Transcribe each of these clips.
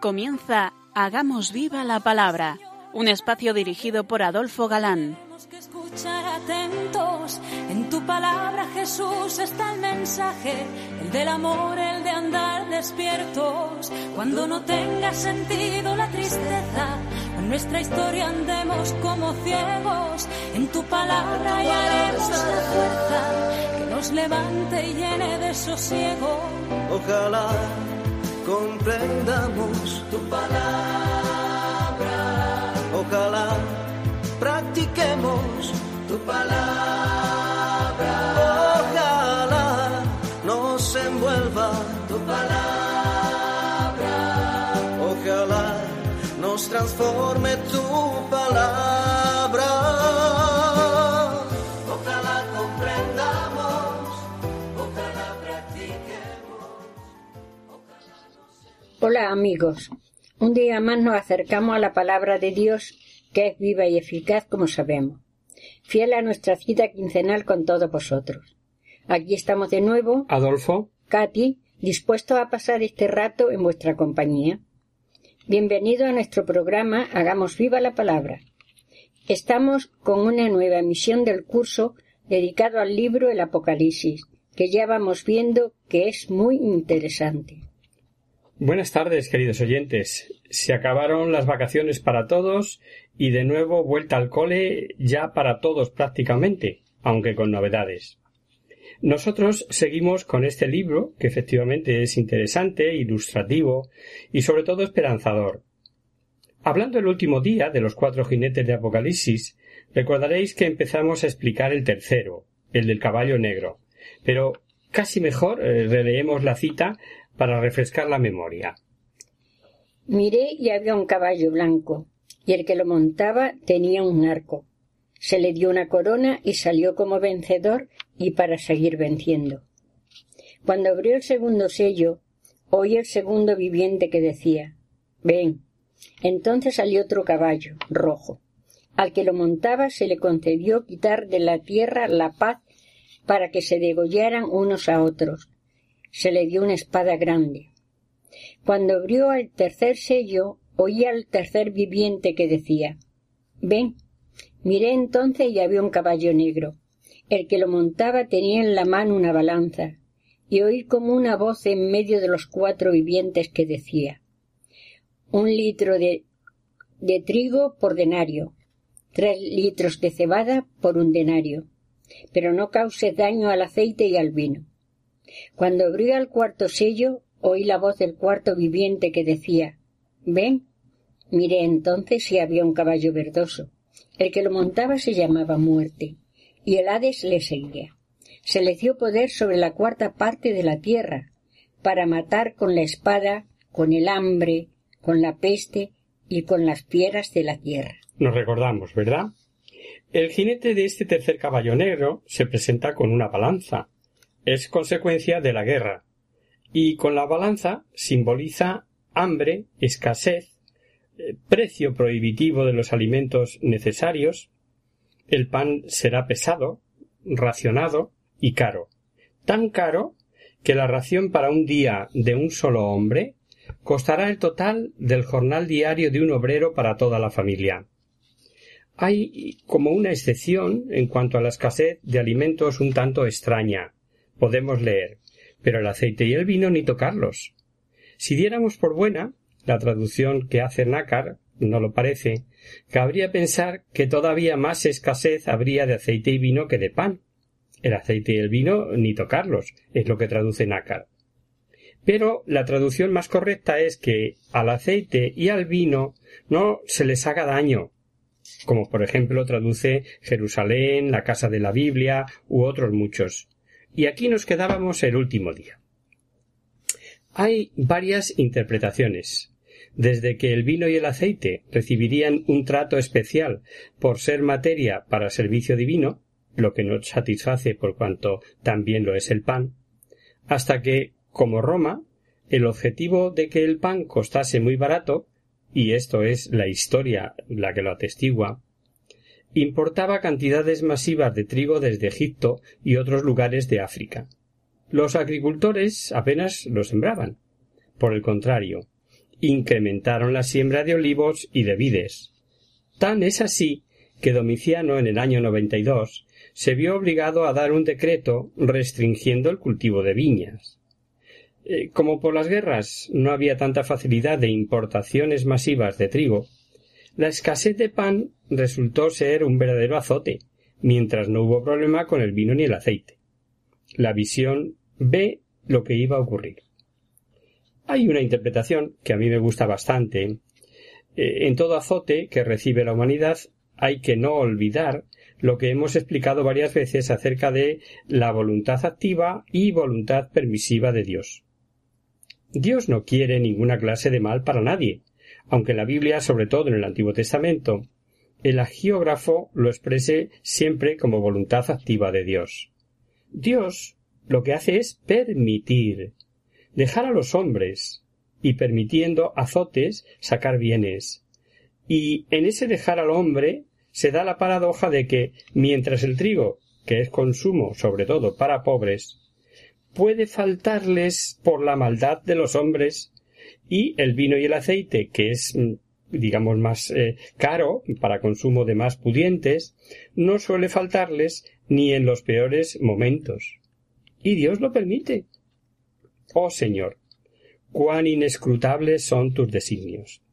Comienza Hagamos Viva la Palabra, un espacio dirigido por Adolfo Galán. Tenemos que escuchar atentos, en tu palabra, Jesús, está el mensaje, el del amor, el de andar despiertos. Cuando no tenga sentido la tristeza, en nuestra historia andemos como ciegos, en tu palabra hallaremos la fuerza que nos levante y llene de sosiego. Ojalá comprendamos tu palabra, ojalá practiquemos tu palabra, ojalá nos envuelva tu palabra, ojalá nos transforme tu palabra, ojalá comprendamos, ojalá practiquemos. Hola amigos, un día más nos acercamos a la palabra de Dios, que es viva y eficaz como sabemos, fiel a nuestra cita quincenal con todos vosotros. Aquí estamos de nuevo, Adolfo, Katy, dispuestos a pasar este rato en vuestra compañía. Bienvenido a nuestro programa Hagamos Viva la Palabra. Estamos con una nueva emisión del curso dedicado al libro El Apocalipsis, que ya vamos viendo que es muy interesante. Buenas tardes, queridos oyentes. Se acabaron las vacaciones para todos y de nuevo vuelta al cole ya para todos prácticamente, aunque con novedades. Nosotros seguimos con este libro, que efectivamente es interesante, ilustrativo y sobre todo esperanzador. Hablando el último día de los 4 jinetes de Apocalipsis, recordaréis que empezamos a explicar el tercero, el del caballo negro, pero casi mejor releemos la cita para refrescar la memoria. Miré y había un caballo blanco, y el que lo montaba tenía un arco. Se le dio una corona y salió como vencedor y para seguir venciendo. Cuando abrió el segundo sello, oí el segundo viviente que decía: «Ven». Entonces salió otro caballo, rojo. Al que lo montaba se le concedió quitar de la tierra la paz para que se degollaran unos a otros. Se le dio una espada grande. Cuando abrió el tercer sello, oí al tercer viviente que decía: «Ven». Miré entonces y había un caballo negro. El que lo montaba tenía en la mano una balanza, y oí como una voz en medio de los 4 vivientes que decía: 1 litro de trigo por denario, 3 litros de cebada por 1 denario, pero no causes daño al aceite y al vino. Cuando abrió el cuarto sello, oí la voz del cuarto viviente que decía: «Ven». Miré entonces y había un caballo verdoso. El que lo montaba se llamaba Muerte, y el Hades le seguía. Se le dio poder sobre la 4ª parte de la tierra, para matar con la espada, con el hambre, con la peste y con las fieras de la tierra. Nos recordamos, ¿verdad? El jinete de este tercer caballo negro se presenta con una balanza. Es consecuencia de la guerra, y con la balanza simboliza hambre, escasez, precio prohibitivo de los alimentos necesarios. El pan será pesado, racionado y caro, tan caro que la ración para un día de un solo hombre costará el total del jornal diario de un obrero para toda la familia. Hay como una excepción en cuanto a la escasez de alimentos un tanto extraña. Podemos leer: pero el aceite y el vino ni tocarlos. Si diéramos por buena la traducción que hace Nácar, no lo parece, cabría pensar que todavía más escasez habría de aceite y vino que de pan. El aceite y el vino ni tocarlos, es lo que traduce Nácar. Pero la traducción más correcta es que al aceite y al vino no se les haga daño, como por ejemplo traduce Jerusalén, la Casa de la Biblia u otros muchos. Y aquí nos quedábamos el último día. Hay varias interpretaciones. Desde que el vino y el aceite recibirían un trato especial por ser materia para servicio divino, lo que nos satisface por cuanto también lo es el pan, hasta que, como Roma, el objetivo de que el pan costase muy barato, y esto es la historia la que lo atestigua, importaba cantidades masivas de trigo desde Egipto y otros lugares de África. Los agricultores apenas lo sembraban. Por el contrario, incrementaron la siembra de olivos y de vides. Tan es así que Domiciano, en el año 92, se vio obligado a dar un decreto restringiendo el cultivo de viñas. Como por las guerras no había tanta facilidad de importaciones masivas de trigo, la escasez de pan resultó ser un verdadero azote, mientras no hubo problema con el vino ni el aceite. La visión ve lo que iba a ocurrir. Hay una interpretación que a mí me gusta bastante. En todo azote que recibe la humanidad hay que no olvidar lo que hemos explicado varias veces acerca de la voluntad activa y voluntad permisiva de Dios. Dios no quiere ninguna clase de mal para nadie, aunque en la Biblia, sobre todo en el Antiguo Testamento, el hagiógrafo lo exprese siempre como voluntad activa de Dios. Dios lo que hace es permitir, dejar a los hombres, y permitiendo azotes sacar bienes. Y en ese dejar al hombre se da la paradoja de que, mientras el trigo, que es consumo sobre todo para pobres, puede faltarles por la maldad de los hombres, y el vino y el aceite, que es, digamos, más caro para consumo de más pudientes, no suele faltarles ni en los peores momentos. Y Dios lo permite. Oh Señor, cuán inescrutables son tus designios.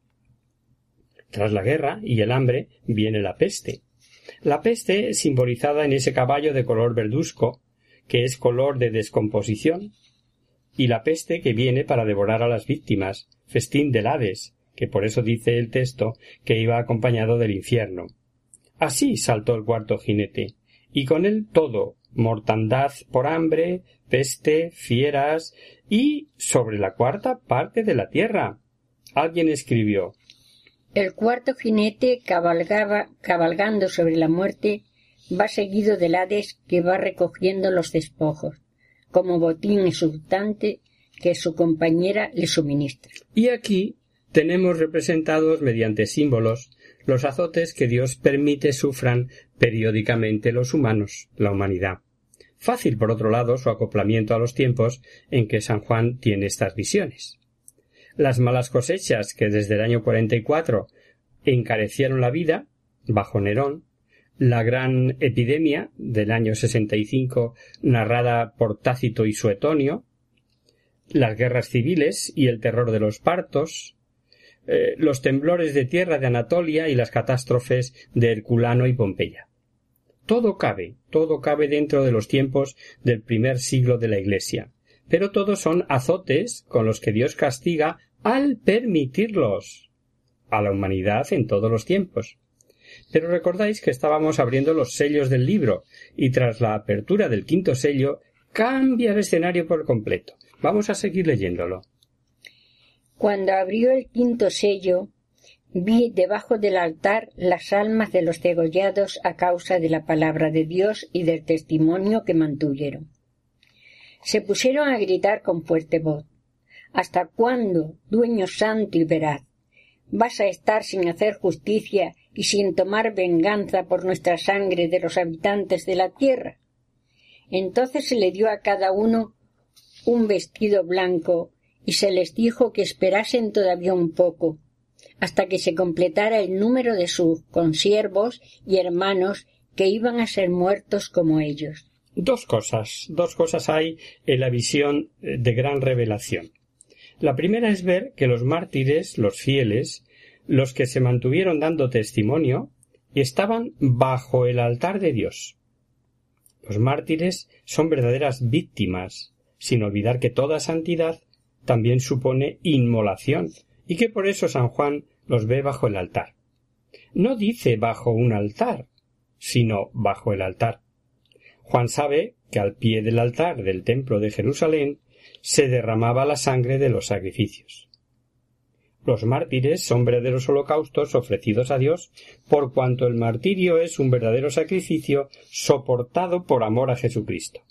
Tras la guerra y el hambre viene la peste. La peste simbolizada en ese caballo de color verduzco, que es color de descomposición, y la peste que viene para devorar a las víctimas, festín del Hades, que por eso dice el texto que iba acompañado del infierno. Así saltó el cuarto jinete, y con él todo, mortandad por hambre, peste, fieras, y sobre la cuarta parte de la tierra. Alguien escribió: el cuarto jinete cabalgando sobre la muerte, va seguido del Hades que va recogiendo los despojos, como botín exultante que su compañera le suministra. Y aquí tenemos representados mediante símbolos los azotes que Dios permite sufran periódicamente los humanos, la humanidad. Fácil, por otro lado, su acoplamiento a los tiempos en que San Juan tiene estas visiones. Las malas cosechas que desde el año 44 encarecieron la vida, bajo Nerón, la gran epidemia del año 65 narrada por Tácito y Suetonio, las guerras civiles y el terror de los partos, los temblores de tierra de Anatolia y las catástrofes de Herculano y Pompeya. Todo cabe dentro de los tiempos del primer siglo de la Iglesia, pero todos son azotes con los que Dios castiga al permitirlos a la humanidad en todos los tiempos. Pero recordáis que estábamos abriendo los sellos del libro y tras la apertura del quinto sello cambia el escenario por completo. Vamos a seguir leyéndolo. Cuando abrió el quinto sello, vi debajo del altar las almas de los degollados a causa de la palabra de Dios y del testimonio que mantuvieron. Se pusieron a gritar con fuerte voz: ¿hasta cuándo, dueño santo y veraz, vas a estar sin hacer justicia y sin tomar venganza por nuestra sangre de los habitantes de la tierra? Entonces se le dio a cada uno un vestido blanco y se les dijo que esperasen todavía un poco, hasta que se completara el número de sus consiervos y hermanos que iban a ser muertos como ellos. Dos cosas hay en la visión de gran revelación. La primera es ver que los mártires, los fieles, los que se mantuvieron dando testimonio, estaban bajo el altar de Dios. Los mártires son verdaderas víctimas, sin olvidar que toda santidad también supone inmolación, y que por eso San Juan los ve bajo el altar. No dice bajo un altar, sino bajo el altar. Juan sabe que al pie del altar del templo de Jerusalén se derramaba la sangre de los sacrificios. Los mártires son verdaderos holocaustos ofrecidos a Dios, por cuanto el martirio es un verdadero sacrificio soportado por amor a Jesucristo.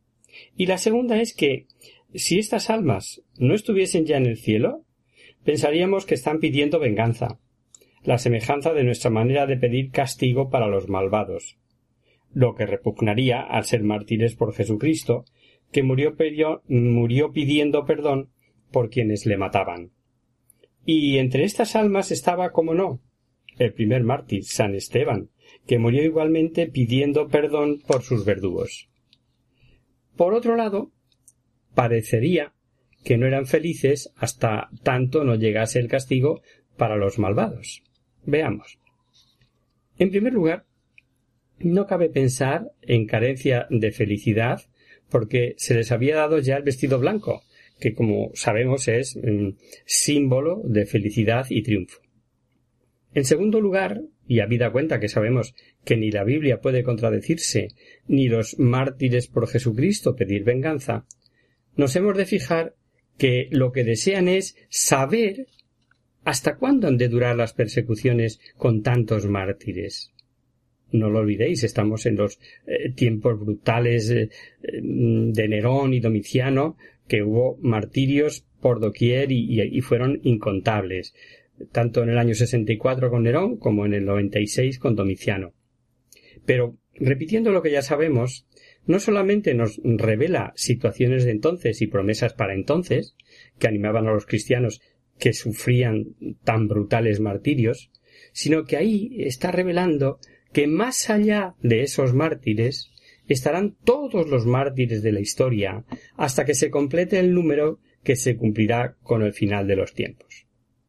Y la segunda es que, si estas almas no estuviesen ya en el cielo, pensaríamos que están pidiendo venganza, la semejanza de nuestra manera de pedir castigo para los malvados, lo que repugnaría al ser mártires por Jesucristo, que murió pidiendo perdón por quienes le mataban. Y entre estas almas estaba, como no, el primer mártir, San Esteban, que murió igualmente pidiendo perdón por sus verdugos. Por otro lado, parecería que no eran felices hasta tanto no llegase el castigo para los malvados. Veamos. En primer lugar, no cabe pensar en carencia de felicidad porque se les había dado ya el vestido blanco, que como sabemos es símbolo de felicidad y triunfo. En segundo lugar, y habida cuenta que sabemos que ni la Biblia puede contradecirse, ni los mártires por Jesucristo pedir venganza, nos hemos de fijar que lo que desean es saber hasta cuándo han de durar las persecuciones con tantos mártires. No lo olvidéis, estamos en los tiempos brutales de Nerón y Domiciano, que hubo martirios por doquier y fueron incontables, tanto en el año 64 con Nerón como en el 96 con Domiciano. Pero, repitiendo lo que ya sabemos, no solamente nos revela situaciones de entonces y promesas para entonces, que animaban a los cristianos que sufrían tan brutales martirios, sino que ahí está revelando que más allá de esos mártires estarán todos los mártires de la historia hasta que se complete el número que se cumplirá con el final de los tiempos.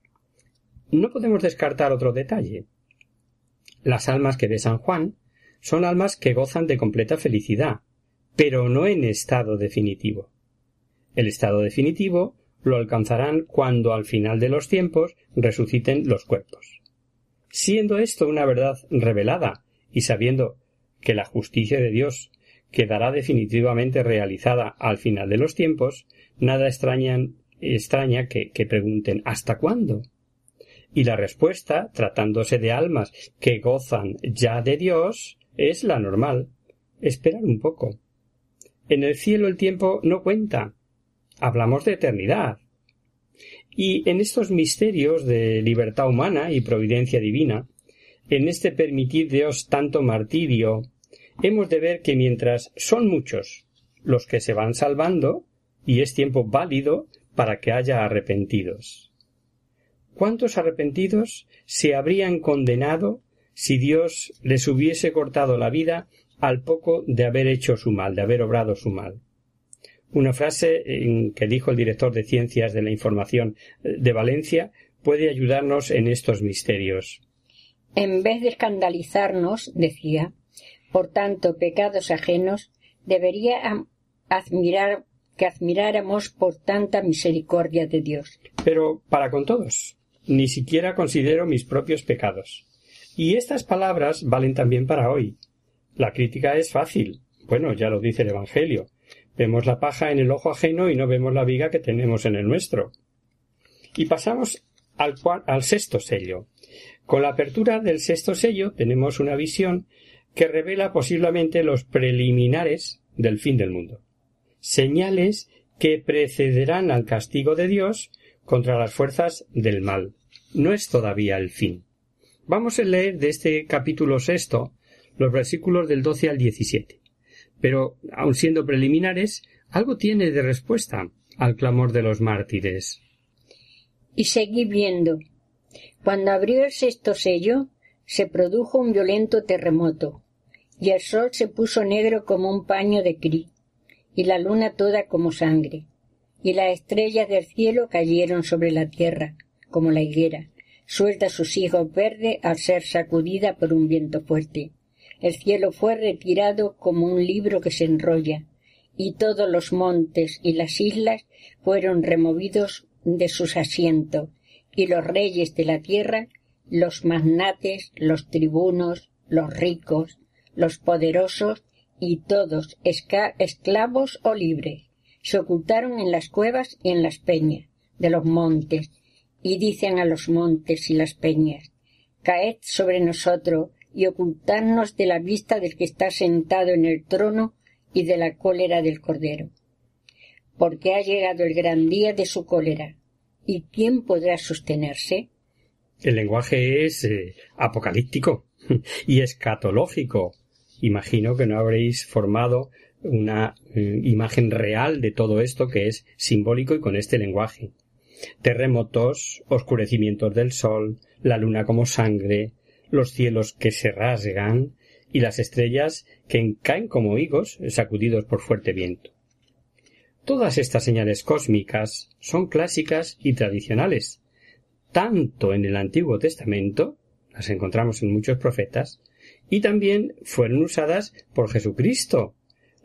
No podemos descartar otro detalle. Las almas que ve San Juan son almas que gozan de completa felicidad, pero no en estado definitivo. El estado definitivo lo alcanzarán cuando al final de los tiempos resuciten los cuerpos. Siendo esto una verdad revelada y sabiendo que la justicia de Dios quedará definitivamente realizada al final de los tiempos, nada extraña que pregunten ¿hasta cuándo? Y la respuesta, tratándose de almas que gozan ya de Dios, es la normal: esperar un poco. En el cielo el tiempo no cuenta. Hablamos de eternidad. Y en estos misterios de libertad humana y providencia divina, en este permitir Dios tanto martirio, hemos de ver que mientras son muchos los que se van salvando, y es tiempo válido para que haya arrepentidos. ¿Cuántos arrepentidos se habrían condenado si Dios les hubiese cortado la vida al poco de haber hecho su mal, de haber obrado su mal? Una frase que dijo el director de Ciencias de la Información de Valencia puede ayudarnos en estos misterios. En vez de escandalizarnos, decía, por tanto pecados ajenos, debería que admiráramos por tanta misericordia de Dios. Pero para con todos, ni siquiera considero mis propios pecados. Y estas palabras valen también para hoy. La crítica es fácil. Bueno, ya lo dice el Evangelio. Vemos la paja en el ojo ajeno y no vemos la viga que tenemos en el nuestro. Y pasamos al sexto sello. Con la apertura del sexto sello tenemos una visión que revela posiblemente los preliminares del fin del mundo. Señales que precederán al castigo de Dios contra las fuerzas del mal. No es todavía el fin. Vamos a leer de este capítulo sexto los versículos del 12 al 17. Pero, aun siendo preliminares, algo tiene de respuesta al clamor de los mártires. Y seguí viendo. Cuando abrió el sexto sello, se produjo un violento terremoto, y el sol se puso negro como un paño de cri, y la luna toda como sangre, y las estrellas del cielo cayeron sobre la tierra, como la higuera, suelta sus higos verdes al ser sacudida por un viento fuerte. El cielo fue retirado como un libro que se enrolla, y todos los montes y las islas fueron removidos de sus asientos, y los reyes de la tierra, los magnates, los tribunos, los ricos, los poderosos y todos, esclavos o libres, se ocultaron en las cuevas y en las peñas de los montes, y dicen a los montes y las peñas: caed sobre nosotros y ocultarnos de la vista del que está sentado en el trono y de la cólera del Cordero. Porque ha llegado el gran día de su cólera, ¿y quién podrá sostenerse? El lenguaje es apocalíptico y escatológico. Imagino que no habréis formado una imagen real de todo esto que es simbólico y con este lenguaje. terremotos, oscurecimientos del sol, la luna como sangre, los cielos que se rasgan y las estrellas que caen como higos sacudidos por fuerte viento. Todas estas señales cósmicas son clásicas y tradicionales, tanto en el Antiguo Testamento, las encontramos en muchos profetas, y también fueron usadas por Jesucristo,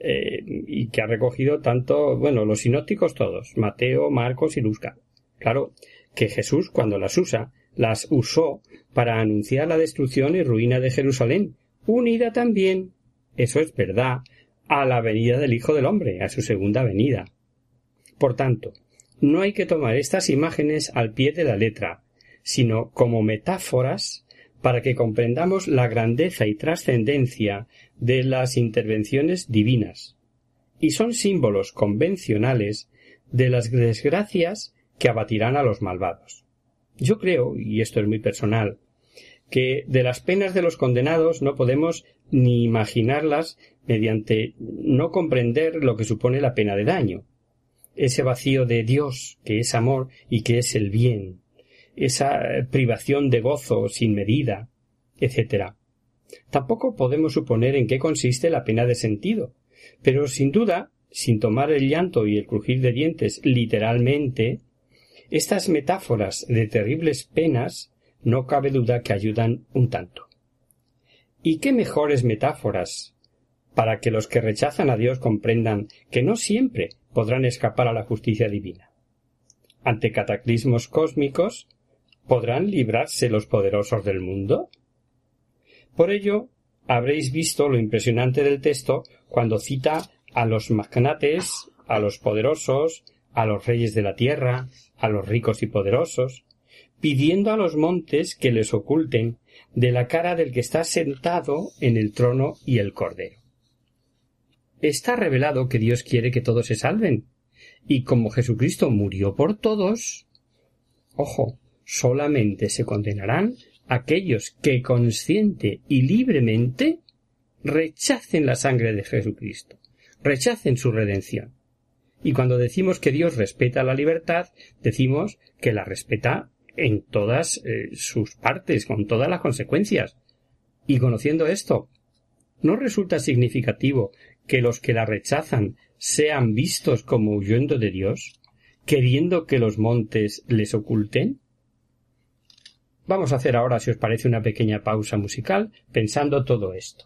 y que ha recogido los sinópticos todos, Mateo, Marcos y Lucas. Claro que Jesús, cuando las usa, las usó para anunciar la destrucción y ruina de Jerusalén, unida también, eso es verdad, a la venida del Hijo del Hombre, a su segunda venida. Por tanto, no hay que tomar estas imágenes al pie de la letra, sino como metáforas para que comprendamos la grandeza y trascendencia de las intervenciones divinas, y son símbolos convencionales de las desgracias que abatirán a los malvados. Yo creo, y esto es muy personal, que de las penas de los condenados no podemos ni imaginarlas mediante no comprender lo que supone la pena de daño, ese vacío de Dios que es amor y que es el bien, esa privación de gozo sin medida, etc. Tampoco podemos suponer en qué consiste la pena de sentido, pero sin duda, sin tomar el llanto y el crujir de dientes literalmente, estas metáforas de terribles penas no cabe duda que ayudan un tanto. ¿Y qué mejores metáforas para que los que rechazan a Dios comprendan que no siempre podrán escapar a la justicia divina? Ante cataclismos cósmicos, ¿podrán librarse los poderosos del mundo? Por ello, habréis visto lo impresionante del texto cuando cita a los magnates, a los poderosos, a los reyes de la tierra, a los ricos y poderosos, pidiendo a los montes que les oculten de la cara del que está sentado en el trono y el Cordero. Está revelado que Dios quiere que todos se salven, y como Jesucristo murió por todos, ojo, solamente se condenarán aquellos que consciente y libremente rechacen la sangre de Jesucristo, rechacen su redención. Y cuando decimos que Dios respeta la libertad, decimos que la respeta en todas sus partes, con todas las consecuencias. Y conociendo esto, ¿no resulta significativo que los que la rechazan sean vistos como huyendo de Dios, queriendo que los montes les oculten? Vamos a hacer ahora, si os parece, una pequeña pausa musical pensando todo esto.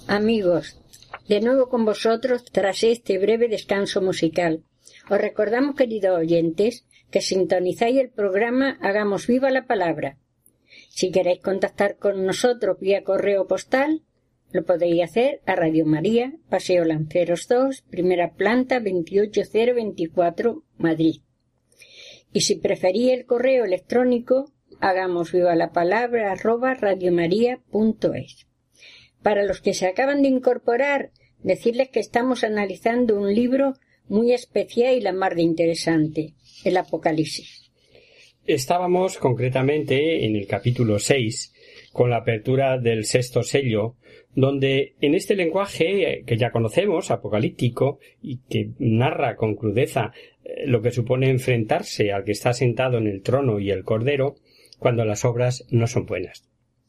Amigos, de nuevo con vosotros tras este breve descanso musical. Os recordamos, queridos oyentes, que sintonizáis el programa Hagamos Viva la Palabra. Si queréis contactar con nosotros vía correo postal, lo podéis hacer a Radio María, Paseo Lanceros 2, primera planta 28024, Madrid. Y si preferís el correo electrónico, hagamosvivalapalabra@radiomaria.es. Para los que se acaban de incorporar, decirles que estamos analizando un libro muy especial y la mar de interesante, el Apocalipsis. Estábamos concretamente en el capítulo 6, con la apertura del sexto sello, donde en este lenguaje que ya conocemos, apocalíptico, y que narra con crudeza lo que supone enfrentarse al que está sentado en el trono y el Cordero, cuando las obras no son buenas.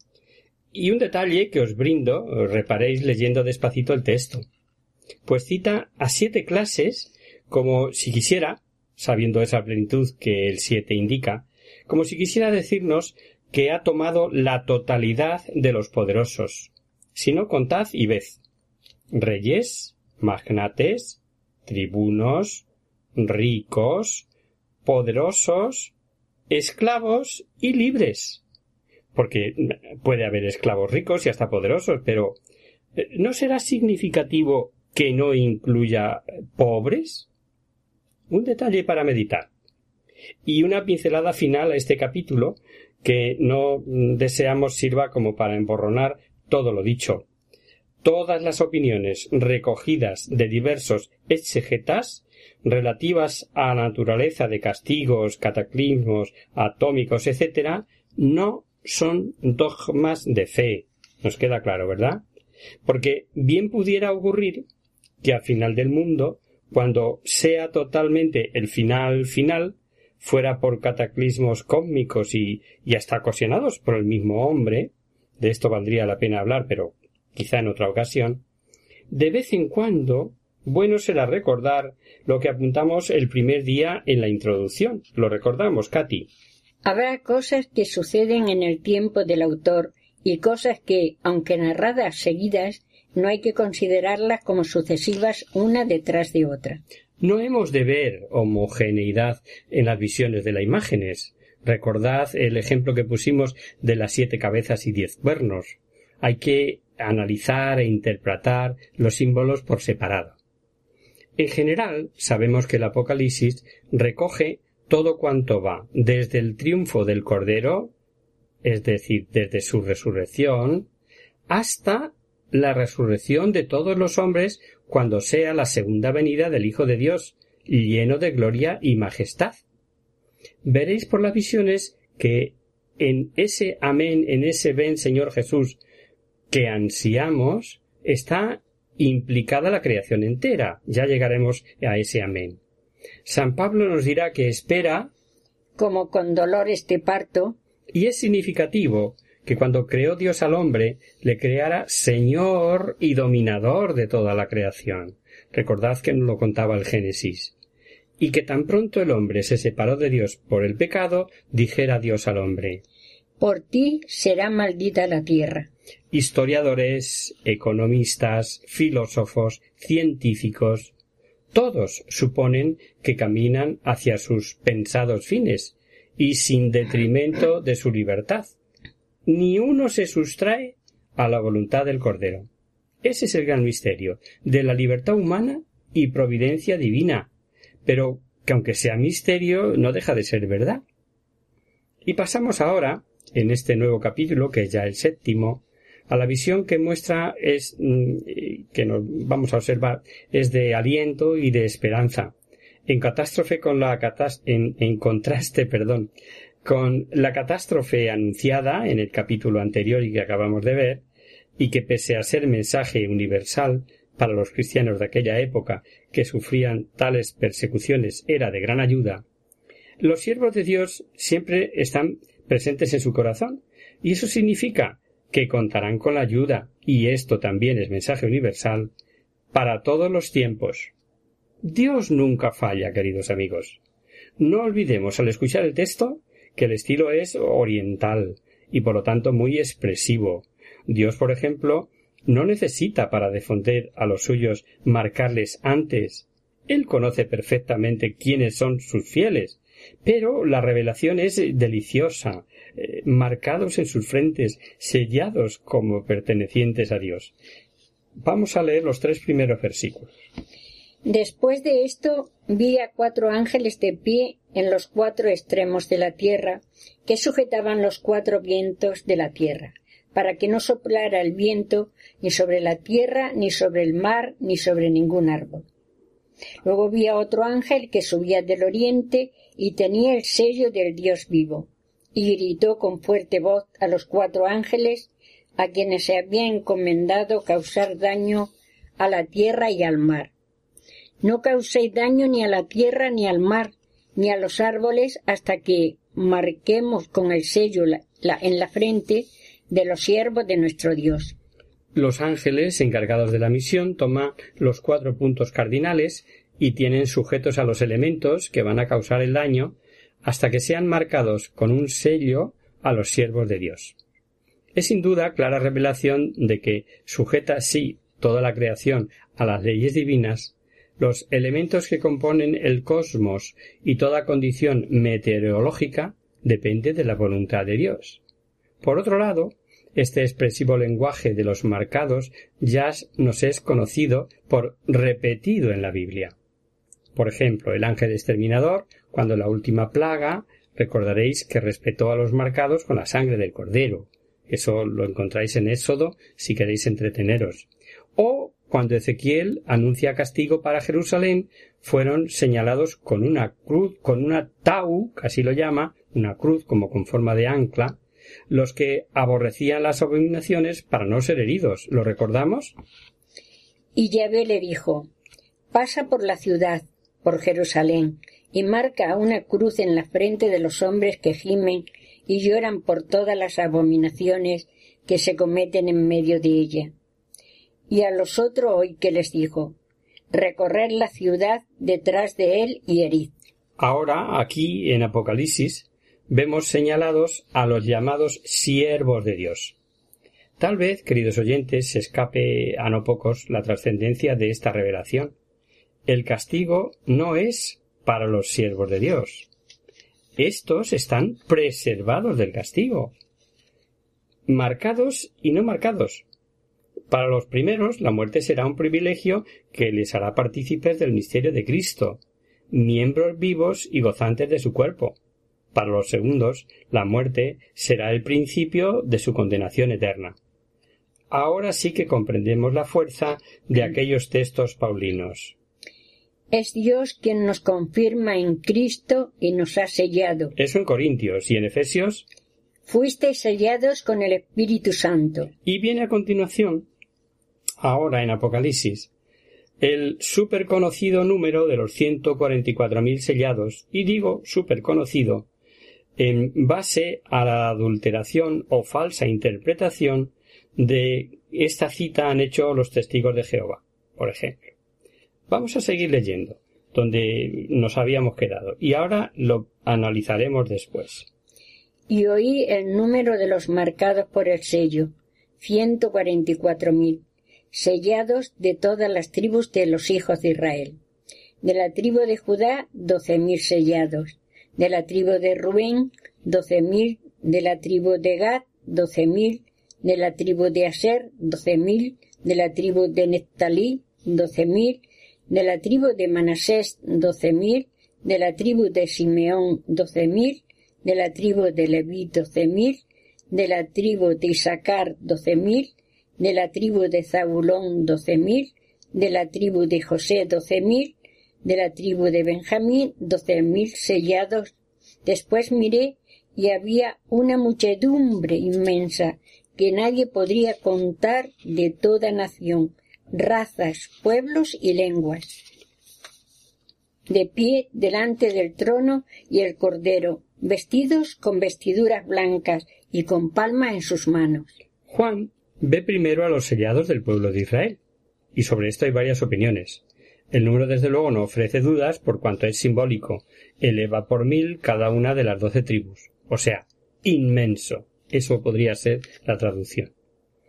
Y un detalle que os brindo, os reparéis leyendo despacito el texto, pues cita a 7 clases, como si quisiera, sabiendo esa plenitud que el 7 indica, como si quisiera decirnos que ha tomado la totalidad de los poderosos. Si no, contad y ved. Reyes, magnates, tribunos, ricos, poderosos, esclavos y libres. Porque puede haber esclavos ricos y hasta poderosos, pero ¿no será significativo que no incluya pobres? Un detalle para meditar. Y una pincelada final a este capítulo que no deseamos sirva como para emborronar todo lo dicho. Todas las opiniones recogidas de diversos exegetas relativas a la naturaleza de castigos, cataclismos, atómicos, etc., no son dogmas de fe. Nos queda claro, ¿verdad? Porque bien pudiera ocurrir que al final del mundo, cuando sea totalmente el final, fuera por cataclismos cósmicos y hasta ocasionados por el mismo hombre, de esto valdría la pena hablar, pero quizá en otra ocasión, de vez en cuando, bueno será recordar lo que apuntamos el primer día en la introducción. Lo recordamos, Katy. Habrá cosas que suceden en el tiempo del autor y cosas que, aunque narradas seguidas, no hay que considerarlas como sucesivas una detrás de otra. No hemos de ver homogeneidad en las visiones de las imágenes. Recordad el ejemplo que pusimos de las 7 cabezas y 10 cuernos. Hay que analizar e interpretar los símbolos por separado. En general, sabemos que el Apocalipsis recoge todo cuanto va desde el triunfo del Cordero, es decir, desde su resurrección, hasta la resurrección de todos los hombres cuando sea la segunda venida del Hijo de Dios, lleno de gloria y majestad. Veréis por las visiones que en ese amén, en ese ven, Señor Jesús, que ansiamos, está implicada la creación entera. Ya llegaremos a ese amén. San Pablo nos dirá que espera, como con dolor este parto, y es significativo que cuando creó Dios al hombre, le creara Señor y dominador de toda la creación. Recordad que nos lo contaba el Génesis. Y que tan pronto el hombre se separó de Dios por el pecado, dijera Dios al hombre: por ti será maldita la tierra. Historiadores, economistas, filósofos, científicos, todos suponen que caminan hacia sus pensados fines y sin detrimento de su libertad. Ni uno se sustrae a la voluntad del Cordero. Ese es el gran misterio de la libertad humana y providencia divina, pero que aunque sea misterio no deja de ser verdad. Y pasamos ahora, en este nuevo capítulo, que es ya el 7º, a la visión que muestra que nos vamos a observar, es de aliento y de esperanza. En contraste con la catástrofe anunciada en el capítulo anterior y que acabamos de ver, y que pese a ser mensaje universal para los cristianos de aquella época que sufrían tales persecuciones era de gran ayuda, los siervos de Dios siempre están presentes en su corazón, y eso significa que contarán con la ayuda, y esto también es mensaje universal, para todos los tiempos. Dios nunca falla, queridos amigos. No olvidemos al escuchar el texto que el estilo es oriental y por lo tanto muy expresivo. Dios, por ejemplo, no necesita para defender a los suyos marcarles antes. Él conoce perfectamente quiénes son sus fieles, pero la revelación es deliciosa, marcados en sus frentes, sellados como pertenecientes a Dios. Vamos a leer los 3 primeros versículos. Después de esto vi a 4 ángeles de pie en los 4 extremos de la tierra, que sujetaban los 4 vientos de la tierra, para que no soplara el viento ni sobre la tierra, ni sobre el mar, ni sobre ningún árbol. Luego vi a otro ángel que subía del oriente y tenía el sello del Dios vivo, y gritó con fuerte voz a los 4 ángeles a quienes se había encomendado causar daño a la tierra y al mar. No causéis daño ni a la tierra ni al mar, ni a los árboles hasta que marquemos con el sello en la frente de los siervos de nuestro Dios. Los ángeles encargados de la misión toman los 4 puntos cardinales y tienen sujetos a los elementos que van a causar el daño hasta que sean marcados con un sello a los siervos de Dios. Es sin duda clara revelación de que, sujeta sí toda la creación a las leyes divinas, los elementos que componen el cosmos y toda condición meteorológica depende de la voluntad de Dios. Por otro lado, este expresivo lenguaje de los marcados ya nos es conocido por repetido en la Biblia. Por ejemplo, el ángel exterminador, cuando la última plaga, recordaréis que respetó a los marcados con la sangre del cordero. Eso lo encontráis en Éxodo si queréis entreteneros. O cuando Ezequiel anuncia castigo para Jerusalén, fueron señalados con una cruz, con una tau, así lo llama, una cruz como con forma de ancla, los que aborrecían las abominaciones para no ser heridos. ¿Lo recordamos? Y Yahvé le dijo: pasa por la ciudad, por Jerusalén, y marca una cruz en la frente de los hombres que gimen y lloran por todas las abominaciones que se cometen en medio de ella. Y a los otros oí que les dijo: recorred la ciudad detrás de él y herid. Ahora, aquí en Apocalipsis, vemos señalados a los llamados siervos de Dios. Tal vez, queridos oyentes, se escape a no pocos la trascendencia de esta revelación. El castigo no es para los siervos de Dios. Estos están preservados del castigo, marcados y no marcados. Para los primeros, la muerte será un privilegio que les hará partícipes del misterio de Cristo, miembros vivos y gozantes de su cuerpo. Para los segundos, la muerte será el principio de su condenación eterna. Ahora sí que comprendemos la fuerza de aquellos textos paulinos. Es Dios quien nos confirma en Cristo y nos ha sellado. Eso en Corintios, y en Efesios. Fuisteis sellados con el Espíritu Santo. Y viene a continuación, ahora en Apocalipsis, el superconocido número de los 144.000 sellados, y digo superconocido, en base a la adulteración o falsa interpretación de esta cita han hecho los testigos de Jehová, por ejemplo. Vamos a seguir leyendo, donde nos habíamos quedado, y ahora lo analizaremos después. Y oí el número de los marcados por el sello, 144.000, sellados de todas las tribus de los hijos de Israel. De la tribu de Judá, 12.000 sellados. De la tribu de Rubén, 12.000. De la tribu de Gad, 12.000. De la tribu de Aser, 12.000. De la tribu de Neftalí, 12.000. De la tribu de Manasés, 12.000. De la tribu de Simeón, 12.000. De la tribu de Leví, 12.000. De la tribu de Isaacar, 12.000. De la tribu de Zabulón, 12.000. De la tribu de José, 12.000. De la tribu de Benjamín, 12.000 sellados. Después miré y había una muchedumbre inmensa que nadie podría contar, de toda nación, razas, pueblos y lenguas, de pie delante del trono y el Cordero, vestidos con vestiduras blancas y con palmas en sus manos. Juan ve primero a los sellados del pueblo de Israel, y sobre esto hay varias opiniones. El número desde luego no ofrece dudas por cuanto es simbólico, eleva por 1000 cada una de las 12 tribus, o sea, inmenso. Eso podría ser la traducción.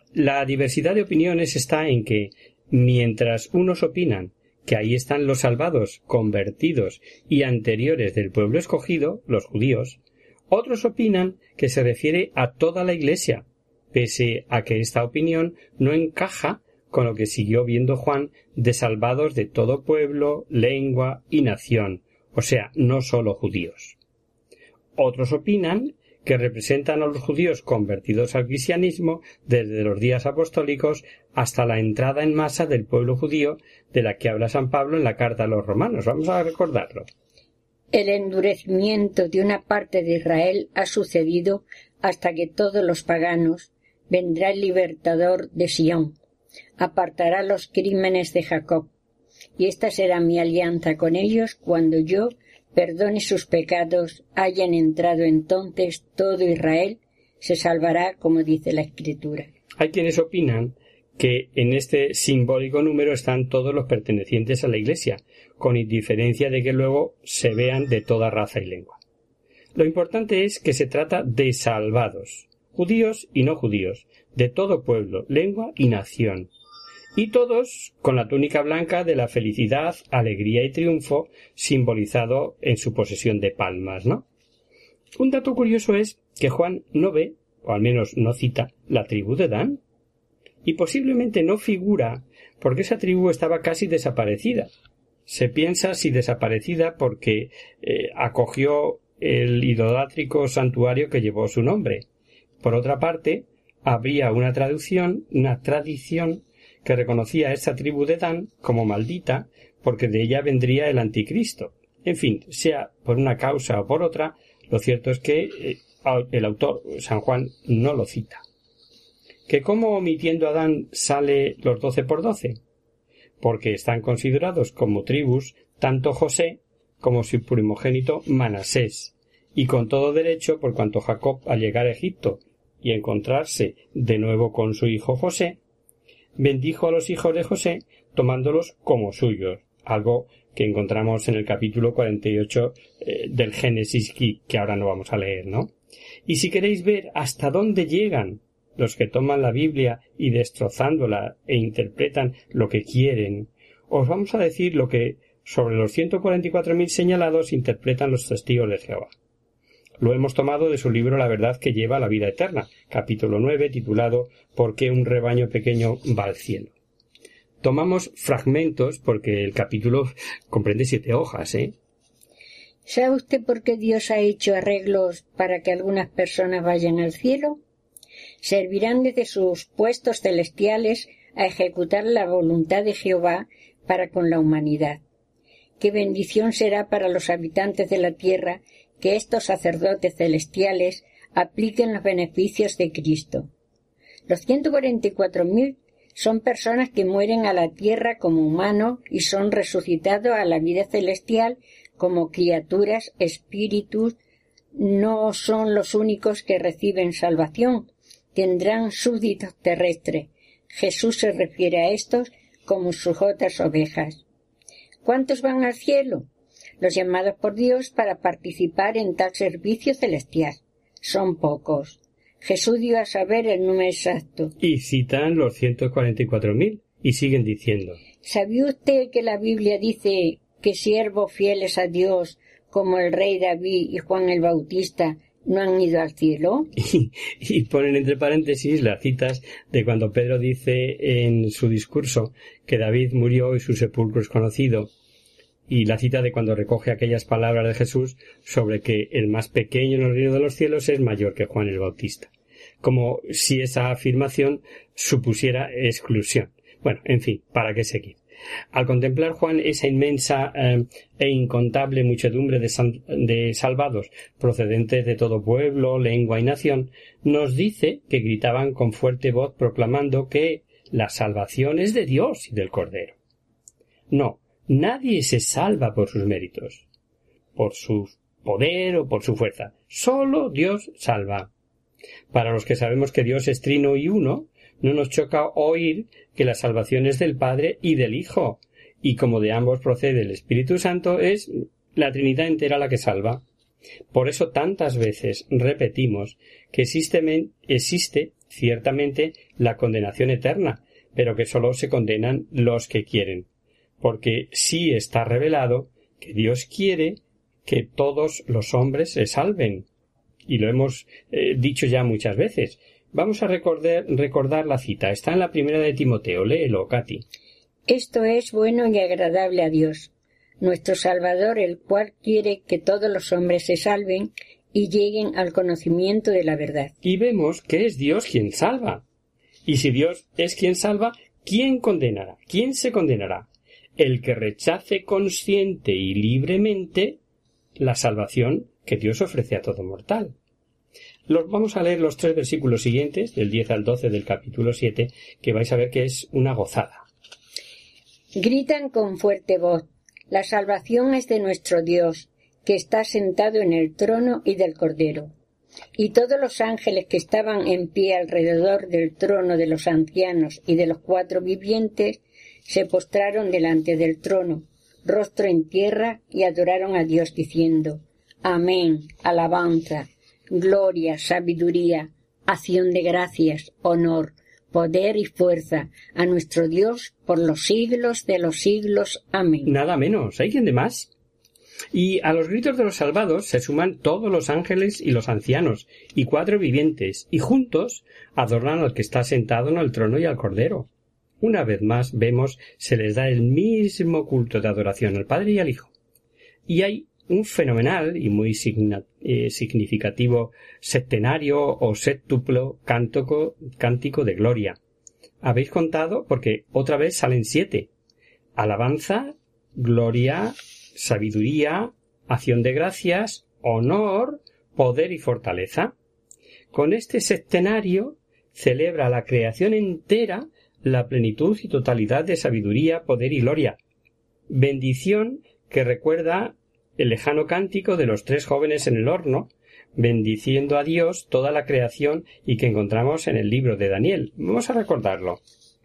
La diversidad de opiniones está en que, mientras unos opinan que ahí están los salvados, convertidos y anteriores del pueblo escogido, los judíos, otros opinan que se refiere a toda la Iglesia, pese a que esta opinión no encaja con lo que siguió viendo Juan de salvados de todo pueblo, lengua y nación, o sea, no sólo judíos. Otros opinan que representan a los judíos convertidos al cristianismo desde los días apostólicos hasta la entrada en masa del pueblo judío de la que habla San Pablo en la carta a los romanos. Vamos a recordarlo. El endurecimiento de una parte de Israel ha sucedido hasta que todos los paganos vendrá el libertador de Sión, apartará los crímenes de Jacob, y esta será mi alianza con ellos cuando yo perdone sus pecados, hayan entrado entonces todo Israel, se salvará, como dice la Escritura. Hay quienes opinan que en este simbólico número están todos los pertenecientes a la Iglesia, con indiferencia de que luego se vean de toda raza y lengua. Lo importante es que se trata de salvados, judíos y no judíos, de todo pueblo, lengua y nación, y todos con la túnica blanca de la felicidad, alegría y triunfo simbolizado en su posesión de palmas, ¿no? Un dato curioso es que Juan no ve, o al menos no cita, la tribu de Dan, y posiblemente no figura porque esa tribu estaba casi desaparecida. Se piensa si desaparecida porque acogió el idolátrico santuario que llevó su nombre. Por otra parte, habría una tradición que reconocía a esa tribu de Dan como maldita porque de ella vendría el anticristo. En fin, sea por una causa o por otra, lo cierto es que el autor, San Juan, no lo cita. ¿Que cómo omitiendo a Dan sale los 12 por 12? Porque están considerados como tribus tanto José como su primogénito Manasés, y con todo derecho por cuanto Jacob al llegar a Egipto y encontrarse de nuevo con su hijo José, bendijo a los hijos de José tomándolos como suyos, algo que encontramos en el capítulo 48 del Génesis que ahora no vamos a leer, ¿no? Y si queréis ver hasta dónde llegan los que toman la Biblia y destrozándola e interpretan lo que quieren, os vamos a decir lo que sobre los 144.000 señalados interpretan los testigos de Jehová. Lo hemos tomado de su libro La verdad que lleva a la vida eterna, capítulo 9, titulado ¿Por qué un rebaño pequeño va al cielo? Tomamos fragmentos porque el capítulo comprende 7 hojas, ¿Sabe usted por qué Dios ha hecho arreglos para que algunas personas vayan al cielo? Servirán desde sus puestos celestiales a ejecutar la voluntad de Jehová para con la humanidad. Qué bendición será para los habitantes de la tierra que estos sacerdotes celestiales apliquen los beneficios de Cristo. Los 144.000 son personas que mueren a la tierra como humanos y son resucitados a la vida celestial como criaturas, espíritus. No son los únicos que reciben salvación. Tendrán súbditos terrestres. Jesús se refiere a estos como sus otras ovejas. ¿Cuántos van al cielo? Los llamados por Dios para participar en tal servicio celestial. Son pocos. Jesús dio a saber el número exacto. Y citan los 144.000 y siguen diciendo. ¿Sabía usted que la Biblia dice que siervos fieles a Dios como el rey David y Juan el Bautista no han ido al cielo? Y ponen entre paréntesis las citas de cuando Pedro dice en su discurso que David murió y su sepulcro es conocido, y la cita de cuando recoge aquellas palabras de Jesús sobre que el más pequeño en el reino de los cielos es mayor que Juan el Bautista, como si esa afirmación supusiera exclusión. Bueno, en fin, ¿para qué seguir? Al contemplar Juan esa inmensa e incontable muchedumbre de salvados procedentes de todo pueblo, lengua y nación, nos dice que gritaban con fuerte voz proclamando que la salvación es de Dios y del Cordero. No, nadie se salva por sus méritos, por su poder o por su fuerza. Solo Dios salva. Para los que sabemos que Dios es trino y uno, no nos choca oír que la salvación es del Padre y del Hijo, y como de ambos procede el Espíritu Santo, es la Trinidad entera la que salva. Por eso tantas veces repetimos que existe ciertamente la condenación eterna, pero que sólo se condenan los que quieren, porque sí está revelado que Dios quiere que todos los hombres se salven, y lo hemos dicho ya muchas veces. Vamos a recordar la cita. Está en la primera de Timoteo. Léelo, Katy. Esto es bueno y agradable a Dios, nuestro Salvador, el cual quiere que todos los hombres se salven y lleguen al conocimiento de la verdad. Y vemos que es Dios quien salva. Y si Dios es quien salva, ¿quién condenará? ¿Quién se condenará? El que rechace consciente y libremente la salvación que Dios ofrece a todo mortal. Vamos a leer los 3 versículos siguientes, del 10 al 12 del capítulo 7, que vais a ver que es una gozada. Gritan con fuerte voz: la salvación es de nuestro Dios, que está sentado en el trono y del Cordero. Y todos los ángeles que estaban en pie alrededor del trono de los ancianos y de los 4 vivientes se postraron delante del trono, rostro en tierra, y adoraron a Dios diciendo: Amén, alabanza, gloria, sabiduría, acción de gracias, honor, poder y fuerza a nuestro Dios por los siglos de los siglos. Amén. Nada menos, ¿hay quien de más? Y a los gritos de los salvados se suman todos los ángeles y los ancianos, y 4 vivientes, y juntos adoran al que está sentado en el trono y al Cordero. Una vez más vemos se les da el mismo culto de adoración al Padre y al Hijo. Y hay un fenomenal y muy significativo septenario o séptuplo cántico de gloria. ¿Habéis contado? Porque otra vez salen 7. Alabanza, gloria, sabiduría, acción de gracias, honor, poder y fortaleza. Con este septenario celebra la creación entera la plenitud y totalidad de sabiduría, poder y gloria. Bendición que recuerda el lejano cántico de los 3 jóvenes en el horno, bendiciendo a Dios toda la creación y que encontramos en el libro de Daniel. Vamos a recordarlo.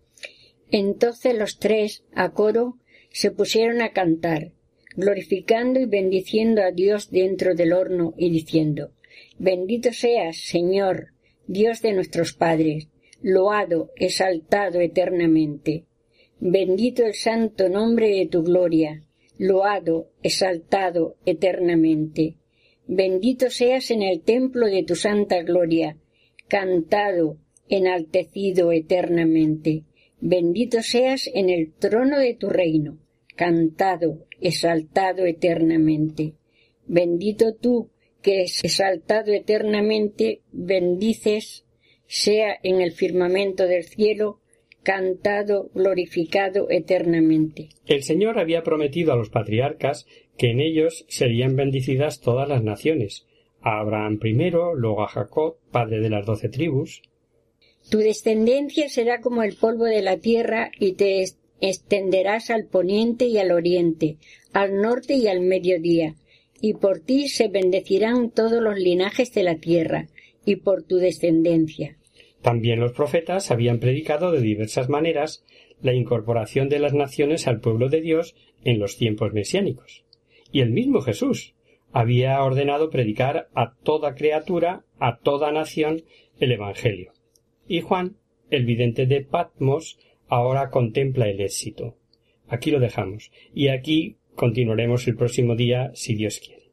Entonces los 3, a coro, se pusieron a cantar, glorificando y bendiciendo a Dios dentro del horno y diciendo: Bendito seas, Señor, Dios de nuestros padres, loado, exaltado eternamente. Bendito el santo nombre de tu gloria, loado, exaltado eternamente. Bendito seas en el templo de tu santa gloria, cantado, enaltecido eternamente. Bendito seas en el trono de tu reino, cantado, exaltado eternamente. Bendito tú, que es exaltado eternamente, bendices, sea en el firmamento del cielo, cantado, glorificado eternamente. El Señor había prometido a los patriarcas que en ellos serían bendecidas todas las naciones, a Abraham primero, luego a Jacob, padre de las 12 tribus. Tu descendencia será como el polvo de la tierra, y te extenderás al poniente y al oriente, al norte y al mediodía, y por ti se bendecirán todos los linajes de la tierra, y por tu descendencia. También los profetas habían predicado de diversas maneras la incorporación de las naciones al pueblo de Dios en los tiempos mesiánicos. Y el mismo Jesús había ordenado predicar a toda criatura, a toda nación, el Evangelio. Y Juan, el vidente de Patmos, ahora contempla el éxito. Aquí lo dejamos. Y aquí continuaremos el próximo día, si Dios quiere.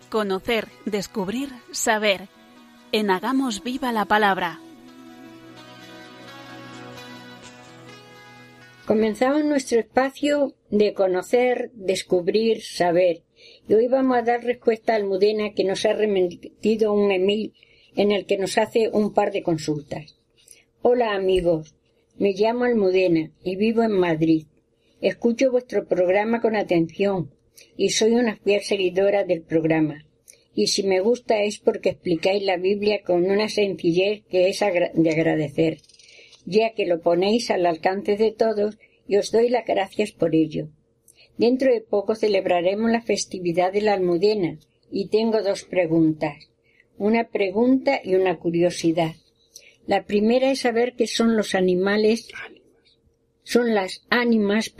Conocer, descubrir, saber. En Hagamos Viva la Palabra. Comenzamos nuestro espacio de conocer, descubrir, saber. Y hoy vamos a dar respuesta a Almudena, que nos ha remitido un email en el que nos hace un par de consultas. Hola amigos, me llamo Almudena y vivo en Madrid. Escucho vuestro programa con atención y soy una fiel seguidora del programa. Y si me gusta es porque explicáis la Biblia con una sencillez que es de agradecer, ya que lo ponéis al alcance de todos y os doy las gracias por ello. Dentro de poco celebraremos la festividad de la Almudena y tengo dos preguntas. Una pregunta y una curiosidad. La primera es saber qué son los animales, son las ánimas,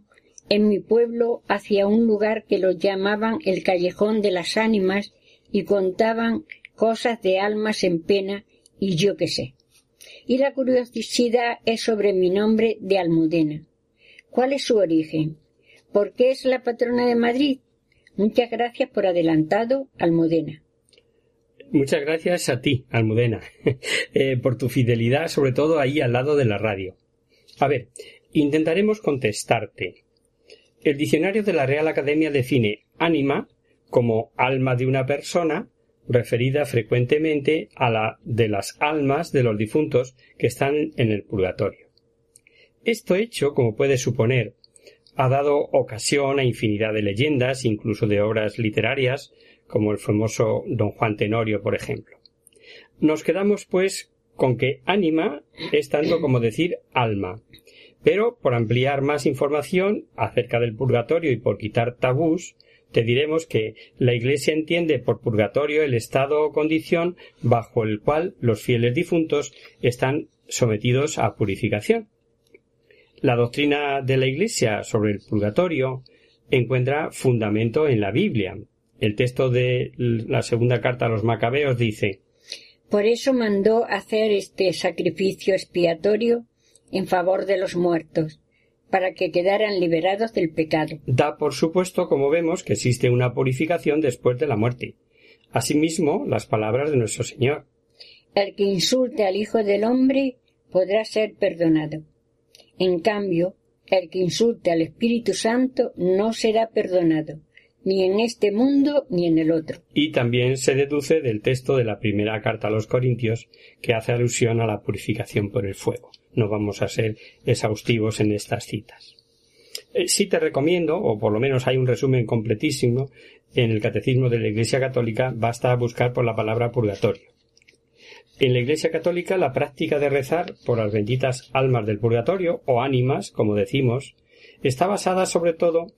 en mi pueblo hacia un lugar que lo llamaban el Callejón de las Ánimas y contaban cosas de almas en pena y yo qué sé. Y la curiosidad es sobre mi nombre de Almudena. ¿Cuál es su origen? ¿Por qué es la patrona de Madrid? Muchas gracias por adelantado, Almudena. Muchas gracias a ti, Almudena, por tu fidelidad, sobre todo ahí al lado de la radio. A ver, intentaremos contestarte. El diccionario de la Real Academia define ánima como alma de una persona, referida frecuentemente a la de las almas de los difuntos que están en el purgatorio. Esto hecho, como puedes suponer, ha dado ocasión a infinidad de leyendas, incluso de obras literarias, como el famoso Don Juan Tenorio, por ejemplo. Nos quedamos, pues, con que ánima es tanto como decir alma. Pero, por ampliar más información acerca del purgatorio y por quitar tabús, te diremos que la Iglesia entiende por purgatorio el estado o condición bajo el cual los fieles difuntos están sometidos a purificación. La doctrina de la Iglesia sobre el purgatorio encuentra fundamento en la Biblia. El texto de la segunda carta a los Macabeos dice: Por eso mandó hacer este sacrificio expiatorio en favor de los muertos, para que quedaran liberados del pecado. Da por supuesto, como vemos, que existe una purificación después de la muerte. Asimismo, las palabras de nuestro Señor: El que insulte al Hijo del Hombre podrá ser perdonado. En cambio, el que insulte al Espíritu Santo no será perdonado, ni en este mundo ni en el otro. Y también se deduce del texto de la primera carta a los Corintios, que hace alusión a la purificación por el fuego. No vamos a ser exhaustivos en estas citas. Sí te recomiendo, o por lo menos hay un resumen completísimo, en el Catecismo de la Iglesia Católica basta buscar por la palabra purgatorio. En la Iglesia Católica la práctica de rezar por las benditas almas del purgatorio, o ánimas, como decimos, está basada sobre todo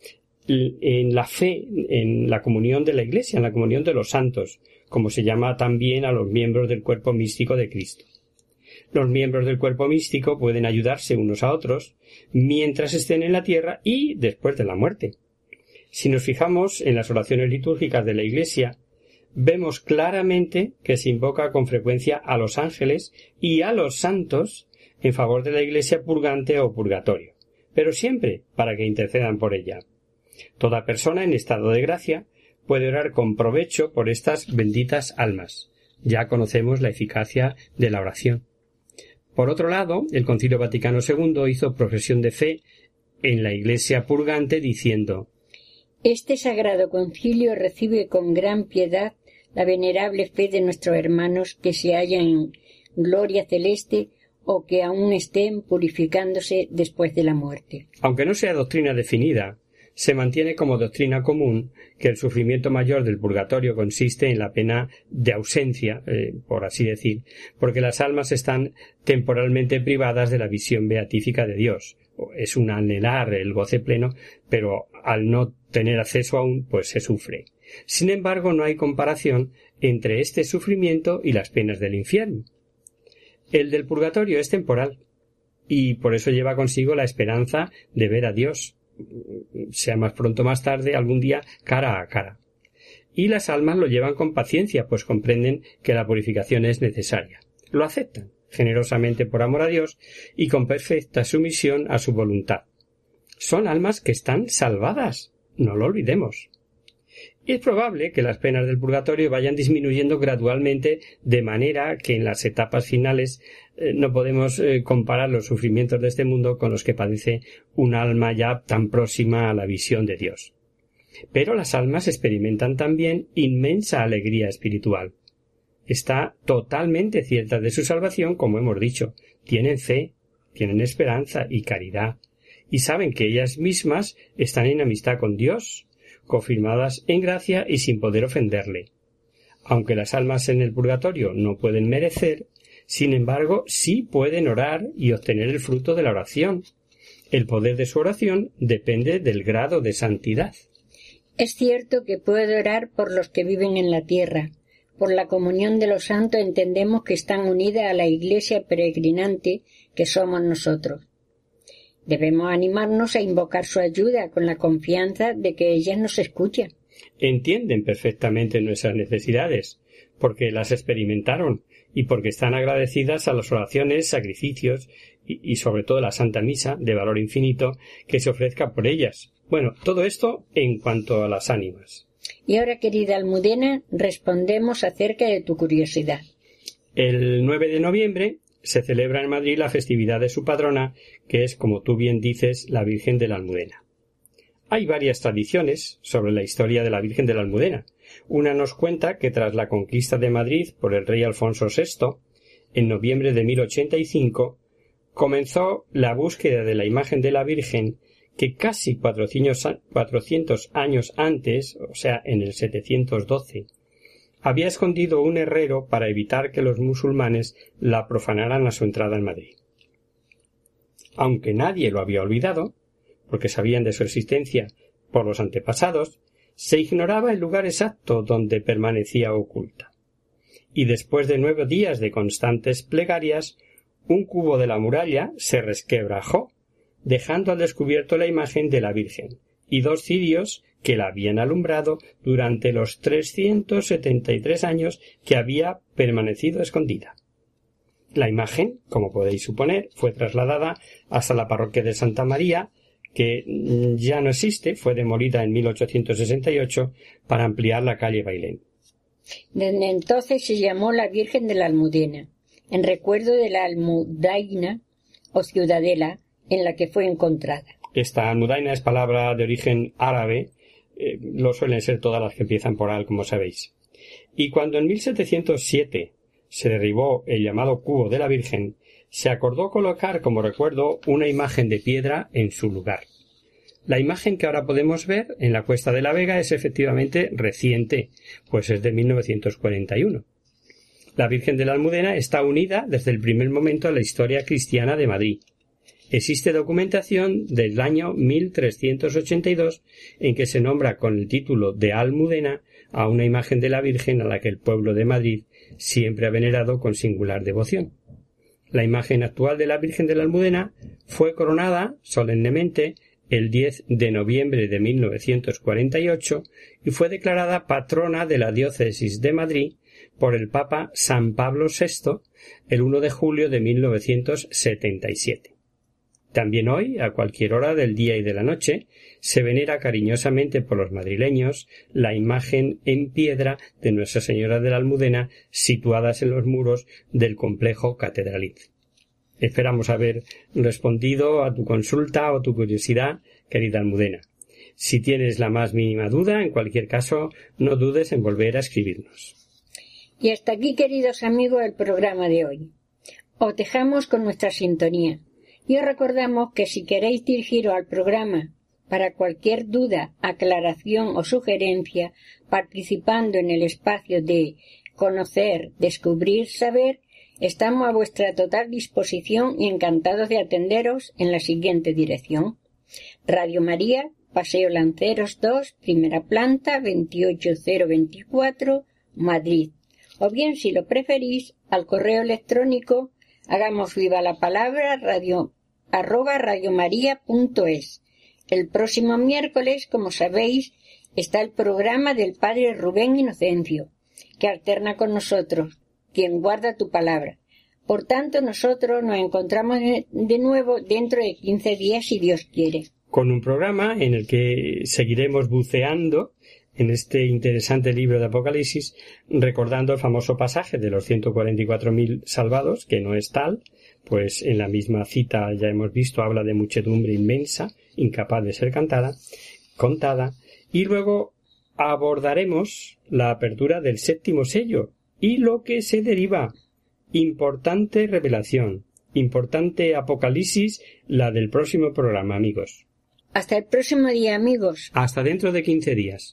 en la fe, en la comunión de la Iglesia, en la comunión de los santos, como se llama también a los miembros del cuerpo místico de Cristo. Los miembros del cuerpo místico pueden ayudarse unos a otros mientras estén en la tierra y después de la muerte. Si nos fijamos en las oraciones litúrgicas de la Iglesia, vemos claramente que se invoca con frecuencia a los ángeles y a los santos en favor de la Iglesia purgante o purgatorio, pero siempre para que intercedan por ella. Toda persona en estado de gracia puede orar con provecho por estas benditas almas. Ya conocemos la eficacia de la oración. Por otro lado, el Concilio Vaticano II hizo profesión de fe en la Iglesia purgante diciendo: Este sagrado concilio recibe con gran piedad la venerable fe de nuestros hermanos que se hallan en gloria celeste o que aún estén purificándose después de la muerte. Aunque no sea doctrina definida, se mantiene como doctrina común que el sufrimiento mayor del purgatorio consiste en la pena de ausencia, por así decir, porque las almas están temporalmente privadas de la visión beatífica de Dios. Es un anhelar el goce pleno, pero al no tener acceso aún, pues se sufre. Sin embargo, no hay comparación entre este sufrimiento y las penas del infierno. El del purgatorio es temporal, y por eso lleva consigo la esperanza de ver a Dios, sea más pronto o más tarde, algún día cara a cara. Y las almas lo llevan con paciencia, pues comprenden que la purificación es necesaria. Lo aceptan generosamente por amor a Dios y con perfecta sumisión a su voluntad. Son almas que están salvadas, no lo olvidemos. Y es probable que las penas del purgatorio vayan disminuyendo gradualmente, de manera que en las etapas finales no podemos comparar los sufrimientos de este mundo con los que padece un alma ya tan próxima a la visión de Dios. Pero las almas experimentan también inmensa alegría espiritual. Está totalmente cierta de su salvación, como hemos dicho. Tienen fe, tienen esperanza y caridad, y saben que ellas mismas están en amistad con Dios, confirmadas en gracia y sin poder ofenderle. Aunque las almas en el purgatorio no pueden merecer, sin embargo sí pueden orar y obtener el fruto de la oración. El poder de su oración depende del grado de santidad. Es cierto que puedo orar por los que viven en la tierra. Por la comunión de los santos entendemos que están unidas a la Iglesia peregrinante que somos nosotros. Debemos animarnos a invocar su ayuda con la confianza de que ella nos escucha. Entienden perfectamente nuestras necesidades, porque las experimentaron y porque están agradecidas a las oraciones, sacrificios y sobre todo la Santa Misa de valor infinito que se ofrezca por ellas. Bueno, todo esto en cuanto a las ánimas. Y ahora, querida Almudena, respondemos acerca de tu curiosidad. El 9 de noviembre se celebra en Madrid la festividad de su patrona, que es, como tú bien dices, la Virgen de la Almudena. Hay varias tradiciones sobre la historia de la Virgen de la Almudena. Una nos cuenta que tras la conquista de Madrid por el rey Alfonso VI, en noviembre de 1085, comenzó la búsqueda de la imagen de la Virgen que casi 400 años antes, o sea, en el 712, había escondido un herrero para evitar que los musulmanes la profanaran a su entrada en Madrid. Aunque nadie lo había olvidado, porque sabían de su existencia por los antepasados, se ignoraba el lugar exacto donde permanecía oculta. Y después de 9 días de constantes plegarias, un cubo de la muralla se resquebrajó, dejando al descubierto la imagen de la Virgen y 2 cirios que la habían alumbrado durante los 373 años que había permanecido escondida. La imagen, como podéis suponer, fue trasladada hasta la parroquia de Santa María, que ya no existe, fue demolida en 1868 para ampliar la calle Bailén. Desde entonces se llamó la Virgen de la Almudena, en recuerdo de la almudaina o ciudadela en la que fue encontrada. Esta almudaina es palabra de origen árabe, lo suelen ser todas las que empiezan por al, como sabéis. Y cuando en 1707 se derribó el llamado cubo de la Virgen, se acordó colocar como recuerdo una imagen de piedra en su lugar. La imagen que ahora podemos ver en la Cuesta de la Vega es efectivamente reciente, pues es de 1941. La Virgen de la Almudena está unida desde el primer momento a la historia cristiana de Madrid. Existe documentación del año 1382 en que se nombra con el título de Almudena a una imagen de la Virgen a la que el pueblo de Madrid siempre ha venerado con singular devoción. La imagen actual de la Virgen de la Almudena fue coronada solemnemente el 10 de noviembre de 1948 y fue declarada patrona de la diócesis de Madrid por el Papa San Pablo VI el 1 de julio de 1977. También hoy, a cualquier hora del día y de la noche, se venera cariñosamente por los madrileños la imagen en piedra de Nuestra Señora de la Almudena situadas en los muros del complejo catedralicio. Esperamos haber respondido a tu consulta o tu curiosidad, querida Almudena. Si tienes la más mínima duda, en cualquier caso, no dudes en volver a escribirnos. Y hasta aquí, queridos amigos, el programa de hoy. Os dejamos con nuestra sintonía. Y os recordamos que si queréis dirigiros al programa para cualquier duda, aclaración o sugerencia, participando en el espacio de conocer, descubrir, saber, estamos a vuestra total disposición y encantados de atenderos en la siguiente dirección. Radio María, Paseo Lanceros 2, primera planta, 28024, Madrid. O bien, si lo preferís, al correo electrónico hagamos viva la palabra @radiomaria.es. El próximo miércoles, como sabéis, está el programa del Padre Rubén Inocencio, que alterna con nosotros, quien guarda tu palabra. Por tanto, nosotros nos encontramos de nuevo dentro de 15 días, si Dios quiere. Con un programa en el que seguiremos buceando en este interesante libro de Apocalipsis, recordando el famoso pasaje de los 144.000 salvados, que no es tal, pues en la misma cita ya hemos visto habla de muchedumbre inmensa, incapaz de ser contada, y luego abordaremos la apertura del 7º sello y lo que se deriva. Importante revelación, importante Apocalipsis, la del próximo programa, amigos. Hasta el próximo día, amigos. Hasta dentro de 15 días.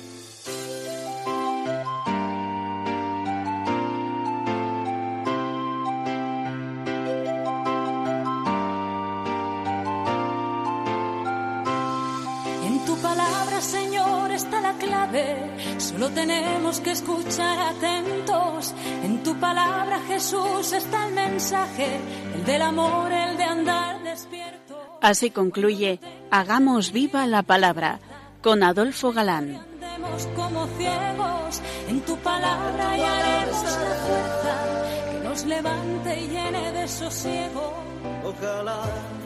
En tu palabra, Señor, está la clave. Solo tenemos que escuchar atentos. En tu palabra, Jesús, está el mensaje, el del amor, el de andar despierto. Así concluye Hagamos viva la palabra, con Adolfo Galán. Andemos como ciegos, en tu palabra y haremos la fuerza que nos levante y llene de sosiego. Ojalá